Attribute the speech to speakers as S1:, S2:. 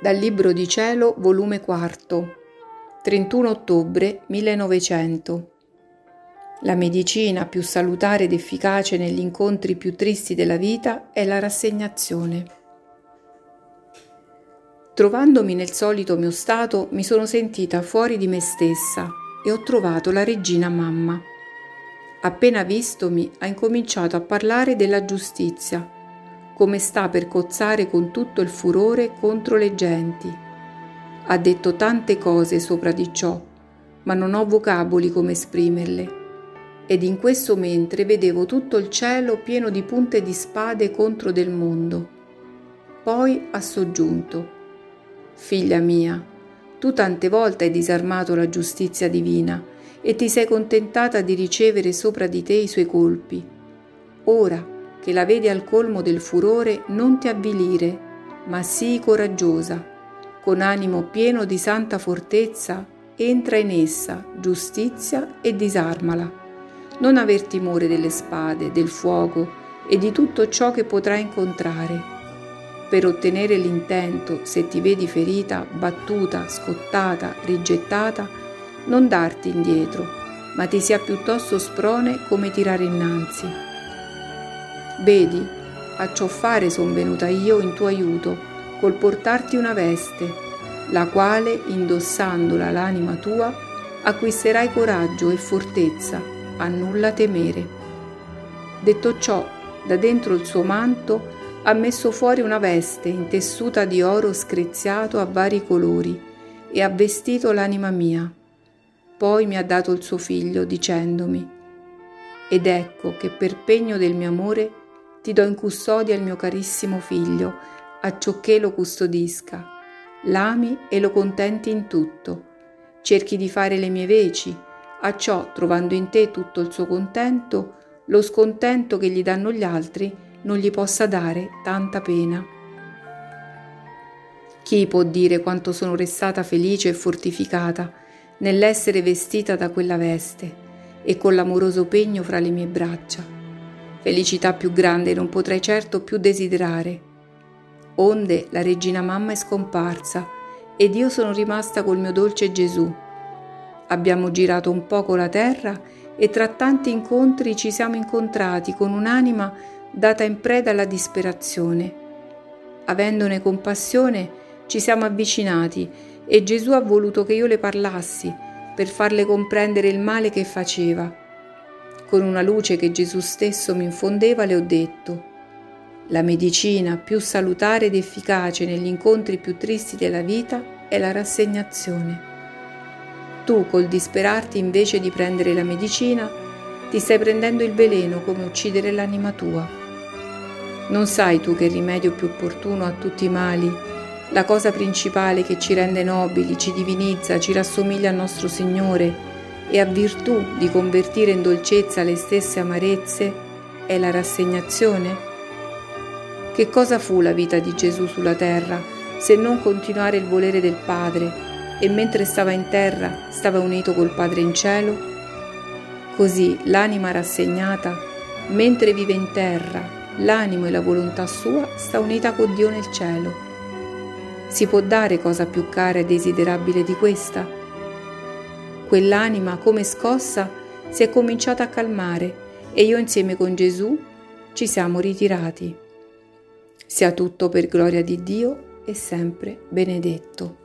S1: Dal Libro di Cielo, volume 4, 31 ottobre 1900. La medicina più salutare ed efficace negli incontri più tristi della vita è la rassegnazione. Trovandomi nel solito mio stato, mi sono sentita fuori di me stessa e ho trovato la regina mamma. Appena vistomi, ha incominciato a parlare della giustizia, come sta per cozzare con tutto il furore contro le genti. Ha detto tante cose sopra di ciò, ma non ho vocaboli come esprimerle. Ed in questo mentre vedevo tutto il cielo pieno di punte di spade contro del mondo. Poi ha soggiunto: «Figlia mia, tu tante volte hai disarmato la giustizia divina e ti sei contentata di ricevere sopra di te i suoi colpi. Ora che la vedi al colmo del furore, non ti avvilire, ma sii coraggiosa. Con animo pieno di santa fortezza, entra in essa, giustizia, e disarmala. Non aver timore delle spade, del fuoco e di tutto ciò che potrai incontrare. Per ottenere l'intento, se ti vedi ferita, battuta, scottata, rigettata, non darti indietro, ma ti sia piuttosto sprone come tirare innanzi. Vedi, a ciò fare son venuta io in tuo aiuto, col portarti una veste, la quale, indossandola l'anima tua, acquisterai coraggio e fortezza, a nulla temere». Detto ciò, da dentro il suo manto ha messo fuori una veste intessuta di oro screziato a vari colori e ha vestito l'anima mia. Poi mi ha dato il suo figlio, dicendomi: «Ed ecco che per pegno del mio amore ti do in custodia il mio carissimo figlio, acciocché lo custodisca. L'ami e lo contenti in tutto. Cerchi di fare le mie veci, acciò, trovando in te tutto il suo contento, lo scontento che gli danno gli altri non gli possa dare tanta pena». Chi può dire quanto sono restata felice e fortificata nell'essere vestita da quella veste e con l'amoroso pegno fra le mie braccia? Felicità più grande non potrei certo più desiderare. Onde la regina mamma è scomparsa ed io sono rimasta col mio dolce Gesù. Abbiamo girato un poco la terra e tra tanti incontri ci siamo incontrati con un'anima data in preda alla disperazione. Avendone compassione ci siamo avvicinati e Gesù ha voluto che io le parlassi per farle comprendere il male che faceva. Con una luce che Gesù stesso mi infondeva le ho detto: «La medicina più salutare ed efficace negli incontri più tristi della vita è la rassegnazione. Tu, col disperarti invece di prendere la medicina, ti stai prendendo il veleno come uccidere l'anima tua. Non sai tu che il rimedio più opportuno a tutti i mali, la cosa principale che ci rende nobili, ci divinizza, ci rassomiglia al nostro Signore e ha virtù di convertire in dolcezza le stesse amarezze, è la rassegnazione? Che cosa fu la vita di Gesù sulla terra se non continuare il volere del Padre, e mentre stava in terra stava unito col Padre in cielo? Così l'anima rassegnata, mentre vive in terra, l'animo e la volontà sua sta unita con Dio nel cielo. Si può dare cosa più cara e desiderabile di questa? Quell'anima, come scossa, si è cominciata a calmare e io insieme con Gesù ci siamo ritirati. Sia tutto per gloria di Dio e sempre benedetto.